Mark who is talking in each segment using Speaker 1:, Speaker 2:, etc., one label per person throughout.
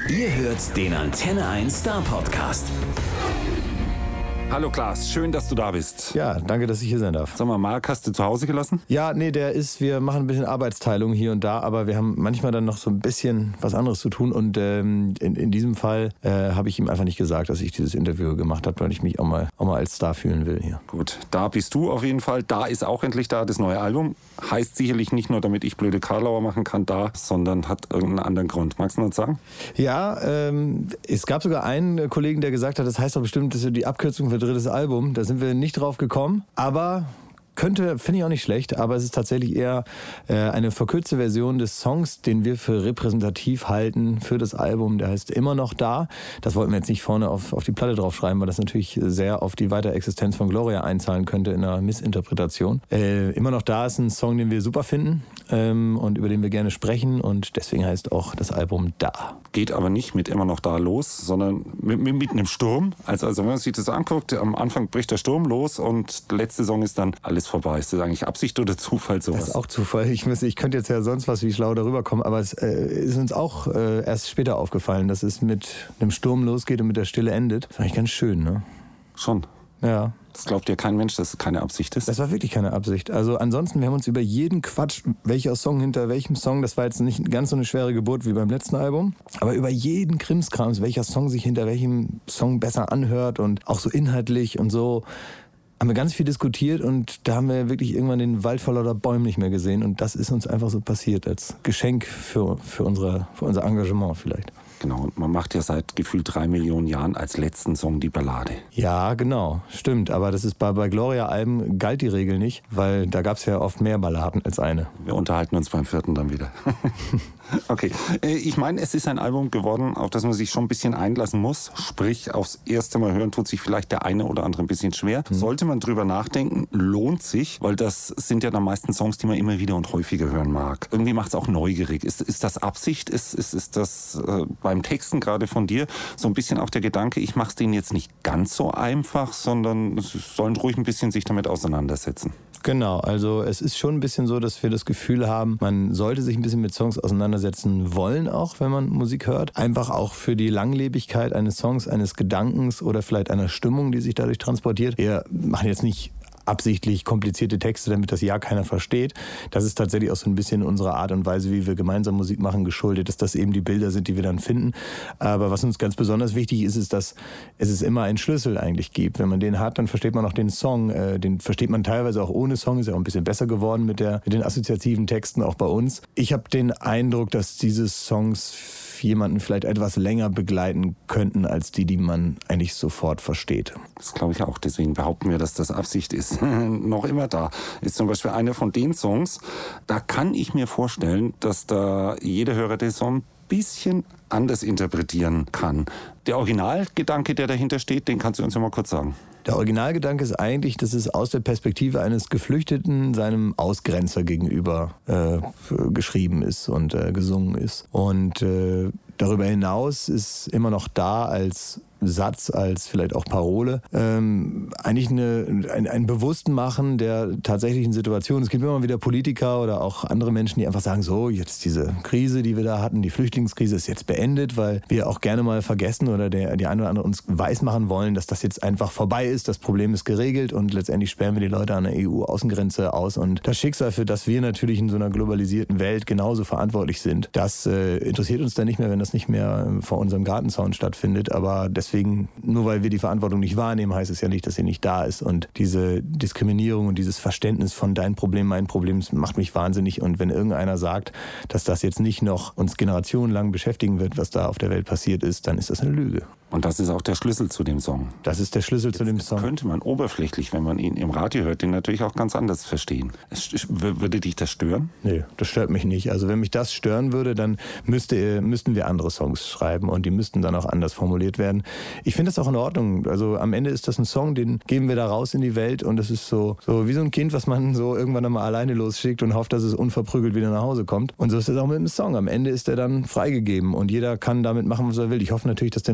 Speaker 1: Ihr hört den Antenne 1 Star Podcast.
Speaker 2: Hallo Klaas, schön, dass du da bist.
Speaker 3: Ja, danke, dass ich hier sein darf.
Speaker 2: Sag mal, Marc, hast du zu Hause gelassen?
Speaker 3: Ja, nee, wir machen ein bisschen Arbeitsteilung hier und da, aber wir haben manchmal dann noch so ein bisschen was anderes zu tun und in diesem Fall habe ich ihm einfach nicht gesagt, dass ich dieses Interview gemacht habe, weil ich mich auch mal als Star fühlen will hier.
Speaker 2: Gut, da bist du auf jeden Fall. Da ist auch endlich da das neue Album. Heißt sicherlich nicht nur, damit ich blöde Karlauer machen kann, da, sondern hat irgendeinen anderen Grund. Magst du uns sagen?
Speaker 3: Ja, es gab sogar einen Kollegen, der gesagt hat, das heißt doch bestimmt, das ist die Abkürzung für drittes Album. Da sind wir nicht drauf gekommen, aber finde ich auch nicht schlecht, aber es ist tatsächlich eher eine verkürzte Version des Songs, den wir für repräsentativ halten für das Album. Der heißt Immer noch da. Das wollten wir jetzt nicht vorne auf die Platte draufschreiben, weil das natürlich sehr auf die Weiterexistenz von Gloria einzahlen könnte in einer Missinterpretation. Immer noch da ist ein Song, den wir super finden und über den wir gerne sprechen und deswegen heißt auch das Album Da.
Speaker 2: Geht aber nicht mit Immer noch da los, sondern mit einem Sturm. Also wenn man sich das anguckt, am Anfang bricht der Sturm los und der letzte Song ist dann alles vorbei. Ist das eigentlich Absicht oder Zufall sowas?
Speaker 3: Das ist auch Zufall. Ich könnte jetzt ja sonst was wie schlau darüber kommen, aber es ist uns auch erst später aufgefallen, dass es mit einem Sturm losgeht und mit der Stille endet. Das ist eigentlich ganz schön, ne?
Speaker 2: Schon.
Speaker 3: Ja.
Speaker 2: Das glaubt ja kein Mensch, dass es keine Absicht ist.
Speaker 3: Das war wirklich keine Absicht. Also ansonsten, wir haben uns über jeden Quatsch, welcher Song hinter welchem Song, das war jetzt nicht ganz so eine schwere Geburt wie beim letzten Album, aber über jeden Krimskrams, welcher Song sich hinter welchem Song besser anhört und auch so inhaltlich und so, haben wir ganz viel diskutiert und da haben wir wirklich irgendwann den Wald vor lauter Bäumen nicht mehr gesehen und das ist uns einfach so passiert als Geschenk für unser Engagement vielleicht.
Speaker 2: Genau, und man macht ja seit gefühlt 3 Millionen Jahren als letzten Song die Ballade.
Speaker 3: Ja, genau, stimmt. Aber das ist bei Gloria-Alben galt die Regel nicht, weil da gab es ja oft mehr Balladen als eine.
Speaker 2: Wir unterhalten uns beim 4. dann wieder. Okay, ich meine, es ist ein Album geworden, auf das man sich schon ein bisschen einlassen muss. Sprich, aufs erste Mal hören tut sich vielleicht der eine oder andere ein bisschen schwer. Sollte man drüber nachdenken, lohnt sich, weil das sind ja dann meistens Songs, die man immer wieder und häufiger hören mag. Irgendwie macht es auch neugierig. Ist das Absicht? Ist das beim Texten gerade von dir so ein bisschen auch der Gedanke, ich mache es denen jetzt nicht ganz so einfach, sondern sie sollen ruhig ein bisschen sich damit auseinandersetzen?
Speaker 3: Genau, also es ist schon ein bisschen so, dass wir das Gefühl haben, man sollte sich ein bisschen mit Songs auseinandersetzen wollen, auch wenn man Musik hört. Einfach auch für die Langlebigkeit eines Songs, eines Gedankens oder vielleicht einer Stimmung, die sich dadurch transportiert. Wir machen jetzt nicht absichtlich komplizierte Texte, damit das ja keiner versteht. Das ist tatsächlich auch so ein bisschen unsere Art und Weise, wie wir gemeinsam Musik machen, geschuldet, dass das eben die Bilder sind, die wir dann finden. Aber was uns ganz besonders wichtig ist, ist, dass es immer einen Schlüssel eigentlich gibt. Wenn man den hat, dann versteht man auch den Song. Den versteht man teilweise auch ohne Song, ist ja auch ein bisschen besser geworden mit den assoziativen Texten, auch bei uns. Ich habe den Eindruck, dass diese Songs jemanden vielleicht etwas länger begleiten könnten, als die man eigentlich sofort versteht.
Speaker 2: Das glaube ich auch. Deswegen behaupten wir, dass das Absicht ist. Noch immer da. Ist zum Beispiel einer von den Songs, da kann ich mir vorstellen, dass da jeder Hörer den Song ein bisschen anders interpretieren kann. Der Originalgedanke, der dahinter steht, den kannst du uns ja mal kurz sagen.
Speaker 3: Der Originalgedanke ist eigentlich, dass es aus der Perspektive eines Geflüchteten seinem Ausgrenzer gegenüber geschrieben ist und gesungen ist. Und darüber hinaus ist immer noch da als Satz, als vielleicht auch Parole, eigentlich ein Bewusstmachen der tatsächlichen Situation. Es gibt immer wieder Politiker oder auch andere Menschen, die einfach sagen, so, jetzt diese Krise, die wir da hatten, die Flüchtlingskrise ist jetzt beendet, weil wir auch gerne mal vergessen oder die eine oder andere uns weismachen wollen, dass das jetzt einfach vorbei ist, das Problem ist geregelt und letztendlich sperren wir die Leute an der EU-Außengrenze aus. Und das Schicksal, für das wir natürlich in so einer globalisierten Welt genauso verantwortlich sind, das interessiert uns dann nicht mehr, wenn das nicht mehr vor unserem Gartenzaun stattfindet, aber deswegen, nur weil wir die Verantwortung nicht wahrnehmen, heißt es ja nicht, dass sie nicht da ist. Und diese Diskriminierung und dieses Verständnis von dein Problem, mein Problem, das macht mich wahnsinnig. Und wenn irgendeiner sagt, dass das jetzt nicht noch uns generationenlang beschäftigen wird, was da auf der Welt passiert ist, dann ist das eine Lüge.
Speaker 2: Und das ist auch der Schlüssel zu dem Song.
Speaker 3: Das ist der Schlüssel zu dem Song.
Speaker 2: Könnte man oberflächlich, wenn man ihn im Radio hört, den natürlich auch ganz anders verstehen. Würde dich das stören?
Speaker 3: Nee, das stört mich nicht. Also wenn mich das stören würde, dann müssten wir andere Songs schreiben und die müssten dann auch anders formuliert werden. Ich finde das auch in Ordnung. Also am Ende ist das ein Song, den geben wir da raus in die Welt und es ist so wie so ein Kind, was man so irgendwann einmal alleine losschickt und hofft, dass es unverprügelt wieder nach Hause kommt. Und so ist es auch mit dem Song. Am Ende ist er dann freigegeben und jeder kann damit machen, was er will. Ich hoffe natürlich, dass den Leuten gefällt.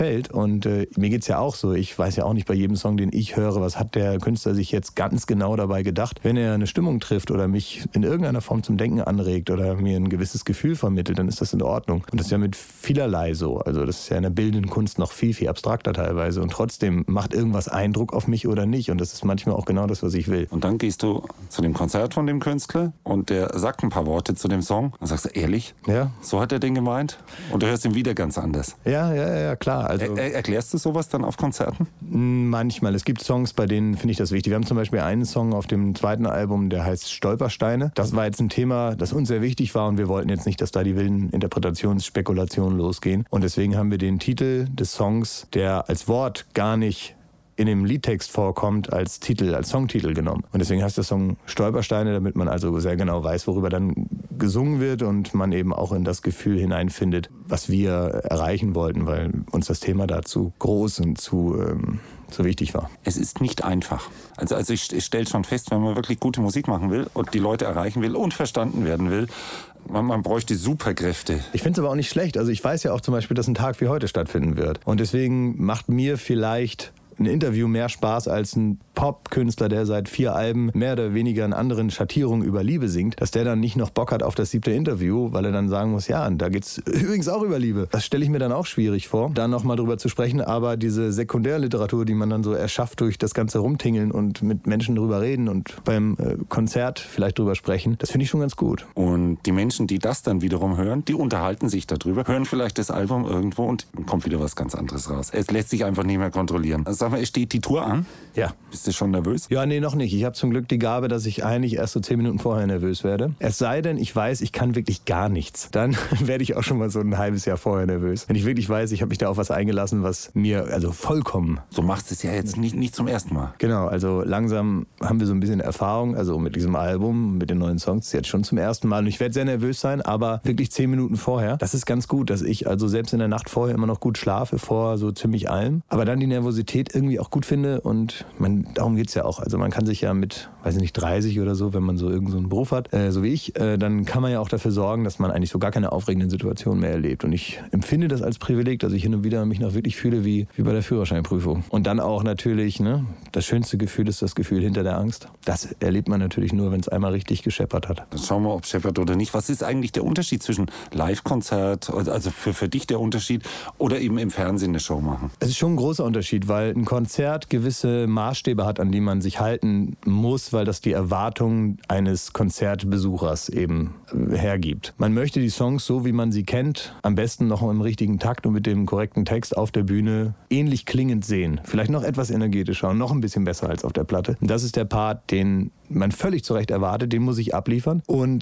Speaker 3: gefällt. Und mir geht's ja auch so. Ich weiß ja auch nicht bei jedem Song, den ich höre, was hat der Künstler sich jetzt ganz genau dabei gedacht. Wenn er eine Stimmung trifft oder mich in irgendeiner Form zum Denken anregt oder mir ein gewisses Gefühl vermittelt, dann ist das in Ordnung. Und das ist ja mit vielerlei so. Also das ist ja in der bildenden Kunst noch viel, viel abstrakter teilweise. Und trotzdem macht irgendwas Eindruck auf mich oder nicht. Und das ist manchmal auch genau das, was ich will.
Speaker 2: Und dann gehst du zu dem Konzert von dem Künstler und der sagt ein paar Worte zu dem Song. Dann sagst du, ehrlich?
Speaker 3: Ja.
Speaker 2: So hat er den gemeint? Und du hörst ihn wieder ganz anders.
Speaker 3: Ja, klar. Also
Speaker 2: Erklärst du sowas dann auf Konzerten?
Speaker 3: Manchmal. Es gibt Songs, bei denen finde ich das wichtig. Wir haben zum Beispiel einen Song auf dem zweiten Album, der heißt Stolpersteine. Das war jetzt ein Thema, das uns sehr wichtig war und wir wollten jetzt nicht, dass da die wilden Interpretationsspekulationen losgehen. Und deswegen haben wir den Titel des Songs, der als Wort gar nicht in dem Liedtext vorkommt, als Songtitel genommen. Und deswegen heißt der Song Stolpersteine, damit man also sehr genau weiß, worüber dann gesungen wird und man eben auch in das Gefühl hineinfindet, was wir erreichen wollten, weil uns das Thema dazu groß und zu wichtig war.
Speaker 2: Es ist nicht einfach. Also ich stelle schon fest, wenn man wirklich gute Musik machen will und die Leute erreichen will und verstanden werden will, man bräuchte Superkräfte.
Speaker 3: Ich finde es aber auch nicht schlecht. Also ich weiß ja auch zum Beispiel, dass ein Tag wie heute stattfinden wird. Und deswegen macht mir vielleicht ein Interview mehr Spaß als ein Pop-Künstler, der seit 4 Alben mehr oder weniger in anderen Schattierungen über Liebe singt, dass der dann nicht noch Bock hat auf das 7. Interview, weil er dann sagen muss, ja, da geht's übrigens auch über Liebe. Das stelle ich mir dann auch schwierig vor, da nochmal drüber zu sprechen, aber diese Sekundärliteratur, die man dann so erschafft durch das ganze Rumtingeln und mit Menschen drüber reden und beim Konzert vielleicht drüber sprechen, das finde ich schon ganz gut.
Speaker 2: Und die Menschen, die das dann wiederum hören, die unterhalten sich darüber, hören vielleicht das Album irgendwo und kommt wieder was ganz anderes raus. Es lässt sich einfach nicht mehr kontrollieren. Also sag mal, steht die Tour an?
Speaker 3: Ja.
Speaker 2: Bist du schon nervös?
Speaker 3: Ja, nee, noch nicht. Ich habe zum Glück die Gabe, dass ich eigentlich erst so 10 Minuten vorher nervös werde. Es sei denn, ich weiß, ich kann wirklich gar nichts. Dann werde ich auch schon mal so ein halbes Jahr vorher nervös. Wenn ich wirklich weiß, ich habe mich da auf was eingelassen, was mir also vollkommen...
Speaker 2: Du machst es ja jetzt nicht zum ersten Mal.
Speaker 3: Genau, also langsam haben wir so ein bisschen Erfahrung, also mit diesem Album, mit den neuen Songs, jetzt schon zum ersten Mal. Und ich werde sehr nervös sein, aber wirklich 10 Minuten vorher. Das ist ganz gut, dass ich also selbst in der Nacht vorher immer noch gut schlafe, vor so ziemlich allem. Aber dann die Nervosität irgendwie auch gut finde und darum geht's ja auch. Also man kann sich ja mit, weiß ich nicht, 30 oder so, wenn man so irgend so einen Beruf hat, so wie ich, dann kann man ja auch dafür sorgen, dass man eigentlich so gar keine aufregenden Situationen mehr erlebt. Und ich empfinde das als Privileg, dass ich hin und wieder mich noch wirklich fühle wie bei der Führerscheinprüfung. Und dann auch natürlich, das schönste Gefühl ist das Gefühl hinter der Angst. Das erlebt man natürlich nur, wenn es einmal richtig gescheppert hat.
Speaker 2: Dann schauen wir, ob es scheppert oder nicht. Was ist eigentlich der Unterschied zwischen Live-Konzert, also für dich der Unterschied, oder eben im Fernsehen eine Show machen?
Speaker 3: Es ist schon ein großer Unterschied, weil ein Konzert gewisse Maßstäbe hat, an die man sich halten muss, weil das die Erwartungen eines Konzertbesuchers eben hergibt. Man möchte die Songs so, wie man sie kennt, am besten noch im richtigen Takt und mit dem korrekten Text auf der Bühne ähnlich klingend sehen. Vielleicht noch etwas energetischer und noch ein bisschen besser als auf der Platte. Und das ist der Part, den man völlig zu Recht erwartet, den muss ich abliefern. Und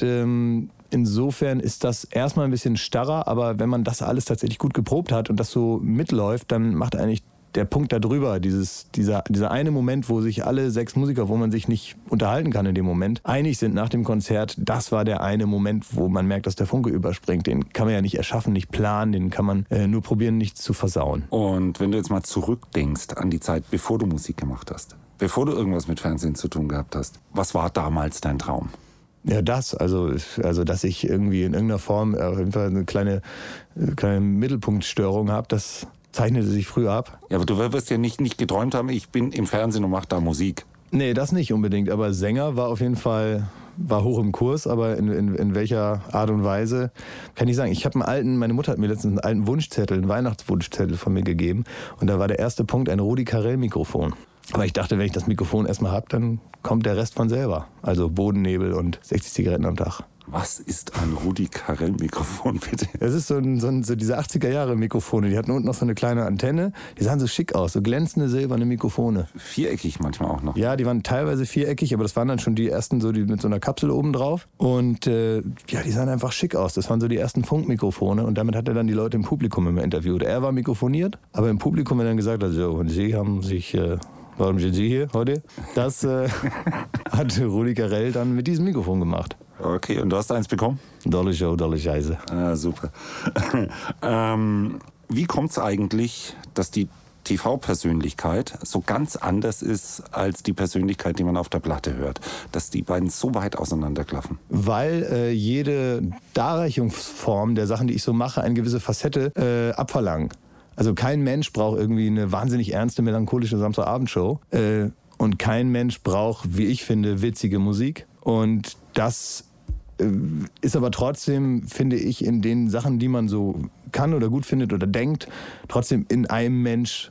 Speaker 3: insofern ist das erstmal ein bisschen starrer, aber wenn man das alles tatsächlich gut geprobt hat und das so mitläuft, dann macht eigentlich der Punkt da drüber, dieser eine Moment, wo sich alle 6 Musiker, wo man sich nicht unterhalten kann in dem Moment, einig sind nach dem Konzert, das war der eine Moment, wo man merkt, dass der Funke überspringt. Den kann man ja nicht erschaffen, nicht planen, den kann man nur probieren, nichts zu versauen.
Speaker 2: Und wenn du jetzt mal zurückdenkst an die Zeit, bevor du Musik gemacht hast, bevor du irgendwas mit Fernsehen zu tun gehabt hast, was war damals dein Traum?
Speaker 3: Ja, also dass ich irgendwie in irgendeiner Form auf jeden Fall eine kleine Mittelpunktstörung habe, das zeichnete sich früh ab.
Speaker 2: Ja, aber du wirst ja nicht geträumt haben, ich bin im Fernsehen und mache da Musik.
Speaker 3: Nee, das nicht unbedingt, aber Sänger war auf jeden Fall hoch im Kurs, aber in welcher Art und Weise, kann ich sagen. Meine Mutter hat mir letztens einen alten Wunschzettel, einen Weihnachtswunschzettel von mir gegeben und da war der erste Punkt ein Rudi Carrell-Mikrofon. Aber ich dachte, wenn ich das Mikrofon erstmal habe, dann kommt der Rest von selber. Also Bodennebel und 60 Zigaretten am Tag.
Speaker 2: Was ist ein Rudi Carrell-Mikrofon, bitte?
Speaker 3: Das ist so diese 80er-Jahre-Mikrofone. Die hatten unten noch so eine kleine Antenne. Die sahen so schick aus, so glänzende silberne Mikrofone.
Speaker 2: Viereckig manchmal auch noch.
Speaker 3: Ja, die waren teilweise viereckig, aber das waren dann schon die ersten, so die mit so einer Kapsel oben drauf. Und die sahen einfach schick aus. Das waren so die ersten Funkmikrofone. Und damit hat er dann die Leute im Publikum immer interviewt. Er war mikrofoniert, aber im Publikum hat er dann gesagt, also, und Sie haben sich... Warum sind Sie hier heute? Das hat Rudi Carrell dann mit diesem Mikrofon gemacht.
Speaker 2: Okay, und du hast eins bekommen?
Speaker 3: Dolle Show, dolle Scheiße.
Speaker 2: Ah, super. Wie kommt es eigentlich, dass die TV-Persönlichkeit so ganz anders ist als die Persönlichkeit, die man auf der Platte hört? Dass die beiden so weit auseinanderklaffen?
Speaker 3: Weil jede Darreichungsform der Sachen, die ich so mache, eine gewisse Facette abverlangen. Also kein Mensch braucht irgendwie eine wahnsinnig ernste, melancholische Samstagabendshow. Und kein Mensch braucht, wie ich finde, witzige Musik. Und das ist aber trotzdem, finde ich, in den Sachen, die man so kann oder gut findet oder denkt, trotzdem in einem Mensch.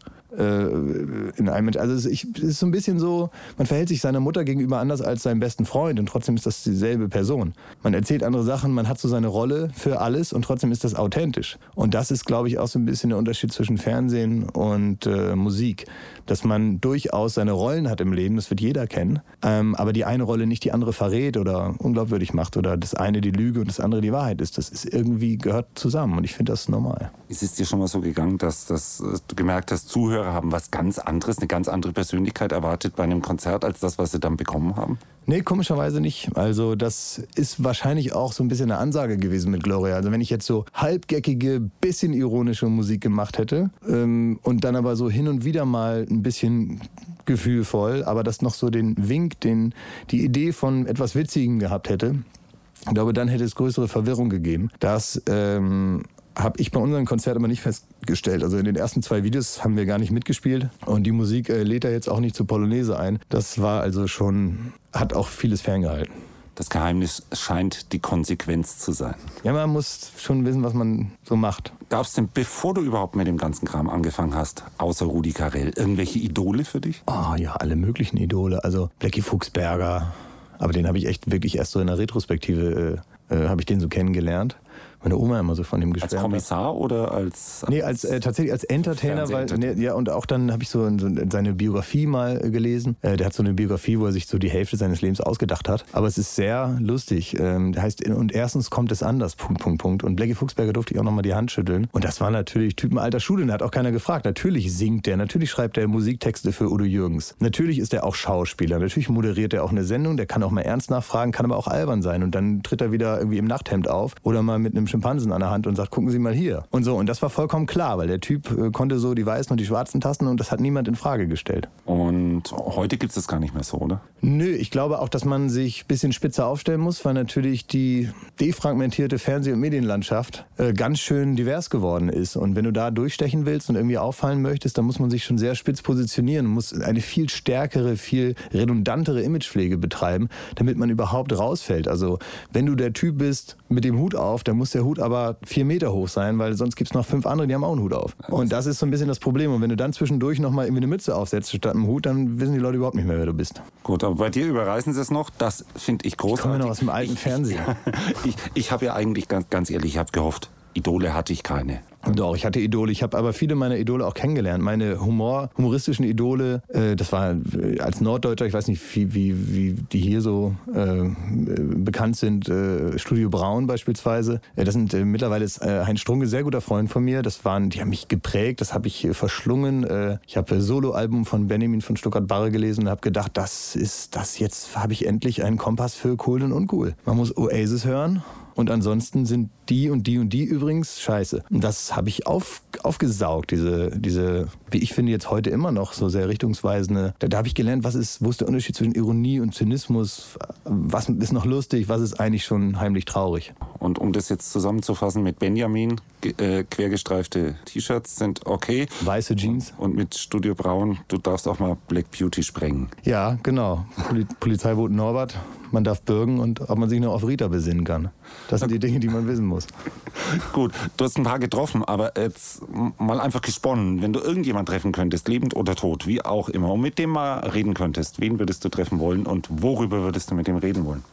Speaker 3: Also es ist so ein bisschen so, man verhält sich seiner Mutter gegenüber anders als seinem besten Freund und trotzdem ist das dieselbe Person. Man erzählt andere Sachen, man hat so seine Rolle für alles und trotzdem ist das authentisch. Und das ist, glaube ich, auch so ein bisschen der Unterschied zwischen Fernsehen und Musik. Dass man durchaus seine Rollen hat im Leben, das wird jeder kennen, aber die eine Rolle nicht die andere verrät oder unglaubwürdig macht oder das eine die Lüge und das andere die Wahrheit ist. Das ist irgendwie, gehört zusammen und ich finde das normal.
Speaker 2: Ist es dir schon mal so gegangen, dass du gemerkt hast, Zuhörer haben was ganz anderes, eine ganz andere Persönlichkeit erwartet bei einem Konzert, als das, was sie dann bekommen haben?
Speaker 3: Nee, komischerweise nicht. Also das ist wahrscheinlich auch so ein bisschen eine Ansage gewesen mit Gloria. Also wenn ich jetzt so halbgeckige, bisschen ironische Musik gemacht hätte und dann aber so hin und wieder mal ein bisschen gefühlvoll, aber das noch so den Wink, die Idee von etwas Witzigem gehabt hätte, ich glaube, dann hätte es größere Verwirrung gegeben. Das habe ich bei unserem Konzert aber nicht festgestellt. Also in den ersten 2 Videos haben wir gar nicht mitgespielt und die Musik lädt da jetzt auch nicht zur Polonaise ein. Das war also schon, hat auch vieles ferngehalten.
Speaker 2: Das Geheimnis scheint die Konsequenz zu sein.
Speaker 3: Ja, man muss schon wissen, was man so macht.
Speaker 2: Gab es denn, bevor du überhaupt mit dem ganzen Kram angefangen hast, außer Rudi Carrell, irgendwelche Idole für dich?
Speaker 3: Oh ja, alle möglichen Idole. Also Blackie Fuchsberger, aber den habe ich echt wirklich erst so in der Retrospektive, habe ich den so kennengelernt. Meine Oma immer so von ihm geschwärmt.
Speaker 2: Als Kommissar oder als...
Speaker 3: Nee, tatsächlich als Entertainer, ja, und auch dann habe ich so seine Biografie mal gelesen. Der hat so eine Biografie, wo er sich so die Hälfte seines Lebens ausgedacht hat. Aber es ist sehr lustig. Der heißt, und erstens kommt es anders, ... Und Blackie Fuchsberger durfte ich auch nochmal die Hand schütteln. Und das war natürlich Typen alter Schule, da hat auch keiner gefragt. Natürlich singt der, natürlich schreibt er Musiktexte für Udo Jürgens. Natürlich ist er auch Schauspieler, natürlich moderiert er auch eine Sendung, der kann auch mal ernst nachfragen, kann aber auch albern sein. Und dann tritt er wieder irgendwie im Nachthemd auf oder mal mit einem Schimpansen an der Hand und sagt, gucken Sie mal hier. Und so, und das war vollkommen klar, weil der Typ konnte so die weißen und die schwarzen Tasten und das hat niemand in Frage gestellt.
Speaker 2: Und heute gibt es das gar nicht mehr so, oder?
Speaker 3: Nö, ich glaube auch, dass man sich ein bisschen spitzer aufstellen muss, weil natürlich die defragmentierte Fernseh- und Medienlandschaft ganz schön divers geworden ist. Und wenn du da durchstechen willst und irgendwie auffallen möchtest, dann muss man sich schon sehr spitz positionieren, muss eine viel stärkere, viel redundantere Imagepflege betreiben, damit man überhaupt rausfällt. Also wenn du der Typ bist mit dem Hut auf, dann muss der Hut aber 4 Meter hoch sein, weil sonst gibt es noch 5 andere, die haben auch einen Hut auf. Und das ist so ein bisschen das Problem. Und wenn du dann zwischendurch nochmal irgendwie eine Mütze aufsetzt statt einem Hut, dann wissen die Leute überhaupt nicht mehr, wer du bist.
Speaker 2: Gut, aber bei dir überreißen sie es noch. Das finde ich großartig.
Speaker 3: Ich komme ja noch aus dem alten Fernsehen.
Speaker 2: Ich habe ja eigentlich, ganz ehrlich, ich habe gehofft, Idole hatte ich keine.
Speaker 3: Doch, ich hatte Idole. Ich habe aber viele meiner Idole auch kennengelernt. Meine humoristischen Idole, das war als Norddeutscher, ich weiß nicht, wie die hier so bekannt sind, Studio Braun beispielsweise. Das sind mittlerweile ist Heinz Strunke, sehr guter Freund von mir. Die haben mich geprägt, das habe ich verschlungen. Ich habe Soloalbum von Benjamin von Stuttgart-Barre gelesen und habe gedacht, jetzt habe ich endlich einen Kompass für cool und uncool. Man muss Oasis hören. Und ansonsten sind die und die und die übrigens scheiße. Und das habe ich aufgesaugt, diese, wie ich finde jetzt heute immer noch so sehr richtungsweisende. Da habe ich gelernt, wo ist der Unterschied zwischen Ironie und Zynismus? Was ist noch lustig, was ist eigentlich schon heimlich traurig?
Speaker 2: Und um das jetzt zusammenzufassen mit Benjamin, quergestreifte T-Shirts sind okay.
Speaker 3: Weiße Jeans.
Speaker 2: Und mit Studio Braun, du darfst auch mal Black Beauty sprengen.
Speaker 3: Ja, genau. Polizeiboten Norbert, man darf bürgen und ob man sich noch auf Rita besinnen kann. Das sind die Dinge, die man wissen muss.
Speaker 2: Gut, du hast ein paar getroffen, aber jetzt mal einfach gesponnen. Wenn du irgendjemand treffen könntest, lebend oder tot, wie auch immer, und mit dem mal reden könntest, wen würdest du treffen wollen und worüber würdest du mit dem reden wollen?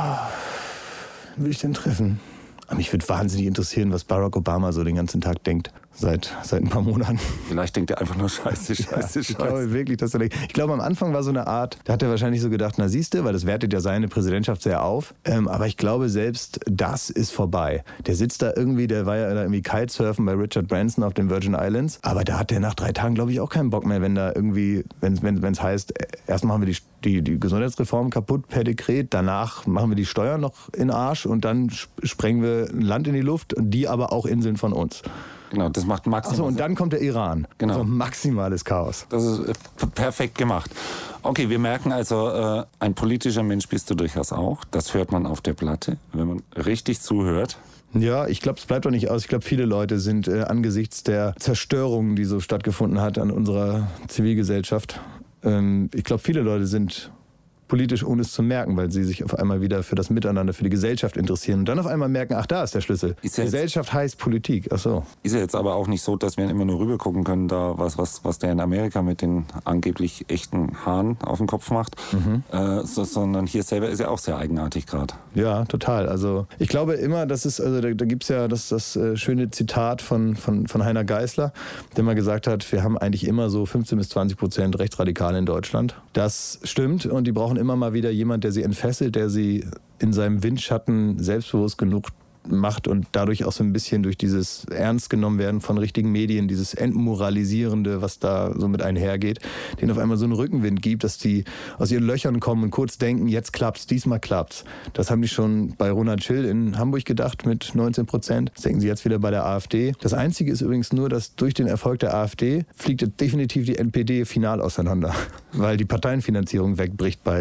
Speaker 3: Wen will ich denn treffen? Mich würde wahnsinnig interessieren, was Barack Obama so den ganzen Tag denkt. Seit ein paar Monaten.
Speaker 2: Vielleicht denkt er einfach nur Scheiße.
Speaker 3: Ich glaube wirklich, dass er denkt. Ich glaube, am Anfang war so eine Art, da hat er wahrscheinlich so gedacht, na siehste, weil das wertet ja seine Präsidentschaft sehr auf. Aber ich glaube, selbst das ist vorbei. Der sitzt da irgendwie, der war ja irgendwie Kitesurfen bei Richard Branson auf den Virgin Islands. Aber da hat der nach 3 Tagen, glaube ich, auch keinen Bock mehr, wenn da irgendwie, wenn es heißt, erst machen wir die Gesundheitsreform kaputt per Dekret, danach machen wir die Steuern noch in den Arsch und dann sprengen wir ein Land in die Luft, die aber auch Inseln von uns.
Speaker 2: Genau, das macht maximal.
Speaker 3: Achso, und dann kommt der Iran.
Speaker 2: Genau.
Speaker 3: Also maximales Chaos.
Speaker 2: Das ist perfekt gemacht. Okay, wir merken also, ein politischer Mensch bist du durchaus auch. Das hört man auf der Platte, wenn man richtig zuhört.
Speaker 3: Ja, ich glaube, es bleibt doch nicht aus. Ich glaube, viele Leute sind angesichts der Zerstörung, die so stattgefunden hat an unserer Zivilgesellschaft, ich glaube, viele Leute sind politisch, ohne es zu merken, weil sie sich auf einmal wieder für das Miteinander, für die Gesellschaft interessieren und dann auf einmal merken, ach, da ist der Schlüssel. Gesellschaft heißt Politik, ach so.
Speaker 2: Ist ja jetzt aber auch nicht so, dass wir immer nur rüber gucken können, da was der in Amerika mit den angeblich echten Haaren auf dem Kopf macht, sondern hier selber ist ja auch sehr eigenartig gerade.
Speaker 3: Ja, total. Also ich glaube immer, das ist, also da gibt es ja das schöne Zitat von Heiner Geißler, der mal gesagt hat, wir haben eigentlich immer so 15-20% Rechtsradikale in Deutschland. Das stimmt und die brauchen immer mal wieder jemand, der sie entfesselt, der sie in seinem Windschatten selbstbewusst genug macht und dadurch auch so ein bisschen durch dieses ernst genommen werden von richtigen Medien, dieses Entmoralisierende, was da so mit einhergeht, denen auf einmal so einen Rückenwind gibt, dass die aus ihren Löchern kommen und kurz denken, jetzt klappt's, diesmal klappt's. Das haben die schon bei Ronald Schill in Hamburg gedacht mit 19%. Das denken sie jetzt wieder bei der AfD. Das Einzige ist übrigens nur, dass durch den Erfolg der AfD fliegt definitiv die NPD final auseinander, weil die Parteienfinanzierung wegbricht bei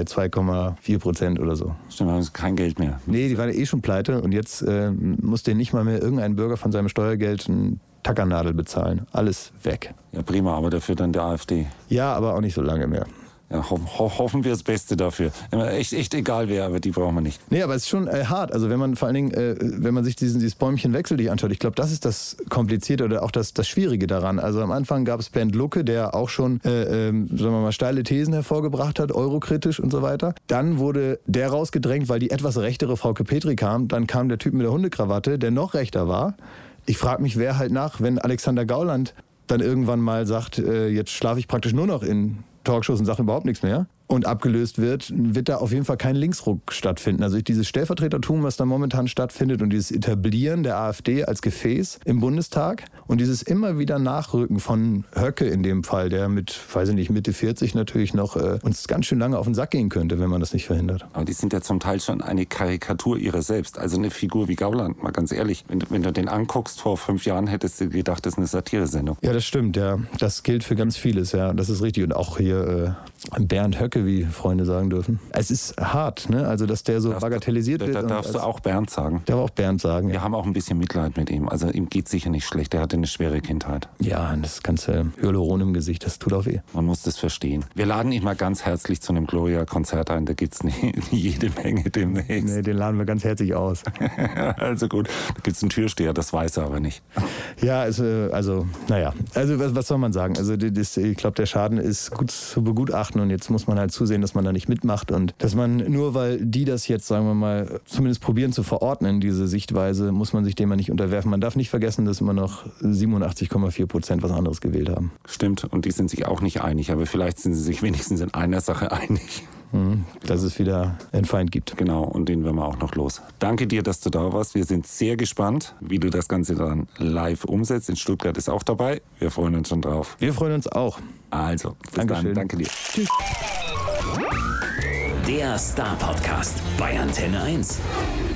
Speaker 3: 2,4% oder so.
Speaker 2: Stimmt, haben sie kein Geld mehr.
Speaker 3: Nee, die waren ja schon pleite und jetzt muss denen nicht mal mehr irgendein Bürger von seinem Steuergeld ein Tackernadel bezahlen. Alles weg.
Speaker 2: Ja, prima, aber dafür dann der AfD.
Speaker 3: Ja, aber auch nicht so lange mehr.
Speaker 2: Ja, hoffen wir das Beste dafür. Echt egal wer, aber die brauchen wir nicht.
Speaker 3: Nee, aber es ist schon hart. Also wenn man vor allen Dingen, wenn man sich dieses Bäumchen-Wechsel dich anschaut, ich glaube, das ist das Komplizierte oder auch das Schwierige daran. Also am Anfang gab es Bernd Lucke, der auch schon, sagen wir mal, steile Thesen hervorgebracht hat, eurokritisch und so weiter. Dann wurde der rausgedrängt, weil die etwas rechtere Frauke Petri kam. Dann kam der Typ mit der Hundekrawatte, der noch rechter war. Ich frage mich, wer halt nach, wenn Alexander Gauland dann irgendwann mal sagt, jetzt schlafe ich praktisch nur noch in Talkshows und sage überhaupt nichts mehr und abgelöst wird da auf jeden Fall kein Linksruck stattfinden. Also dieses Stellvertretertum, was da momentan stattfindet und dieses Etablieren der AfD als Gefäß im Bundestag und dieses immer wieder Nachrücken von Höcke in dem Fall, der mit, weiß ich nicht, Mitte 40 natürlich noch uns ganz schön lange auf den Sack gehen könnte, wenn man das nicht verhindert.
Speaker 2: Aber die sind ja zum Teil schon eine Karikatur ihrer selbst. Also eine Figur wie Gauland, mal ganz ehrlich. Wenn du den anguckst, vor 5 Jahren hättest du gedacht, das ist eine Satiresendung.
Speaker 3: Ja, das stimmt, ja. Das gilt für ganz vieles, ja. Das ist richtig. Und auch hier Bernd Höcke, wie Freunde sagen dürfen. Es ist hart, ne? Also, dass der so bagatellisiert wird.
Speaker 2: Da darfst du auch Bernd sagen.
Speaker 3: Der darf auch Bernd sagen, ja.
Speaker 2: Wir haben auch ein bisschen Mitleid mit ihm. Also, ihm geht sicher nicht schlecht. Er hatte eine schwere Kindheit.
Speaker 3: Ja, das ganze Hyaluron im Gesicht, das tut auch weh.
Speaker 2: Man muss das verstehen. Wir laden ihn mal ganz herzlich zu einem Gloria-Konzert ein. Da gibt's jede Menge demnächst. Nee, den laden wir ganz herzlich aus. Also gut, da gibt's einen Türsteher, das weiß er aber nicht.
Speaker 3: Ja, also naja. Also, was soll man sagen? Also, ich glaube, der Schaden ist gut zu begutachten und jetzt muss man halt zusehen, dass man da nicht mitmacht und dass man nur, weil die das jetzt, sagen wir mal, zumindest probieren zu verordnen, diese Sichtweise, muss man sich dem mal nicht unterwerfen. Man darf nicht vergessen, dass immer noch 87,4% was anderes gewählt haben.
Speaker 2: Stimmt, und die sind sich auch nicht einig, aber vielleicht sind sie sich wenigstens in einer Sache einig.
Speaker 3: Dass es wieder einen Feind gibt.
Speaker 2: Genau, und den werden wir auch noch los. Danke dir, dass du da warst. Wir sind sehr gespannt, wie du das Ganze dann live umsetzt. In Stuttgart ist auch dabei. Wir freuen uns schon drauf.
Speaker 3: Wir freuen uns auch.
Speaker 2: Also, bis
Speaker 3: Dankeschön.
Speaker 2: dann. Danke dir.
Speaker 3: Tschüss.
Speaker 1: Der Star-Podcast bei Antenne 1.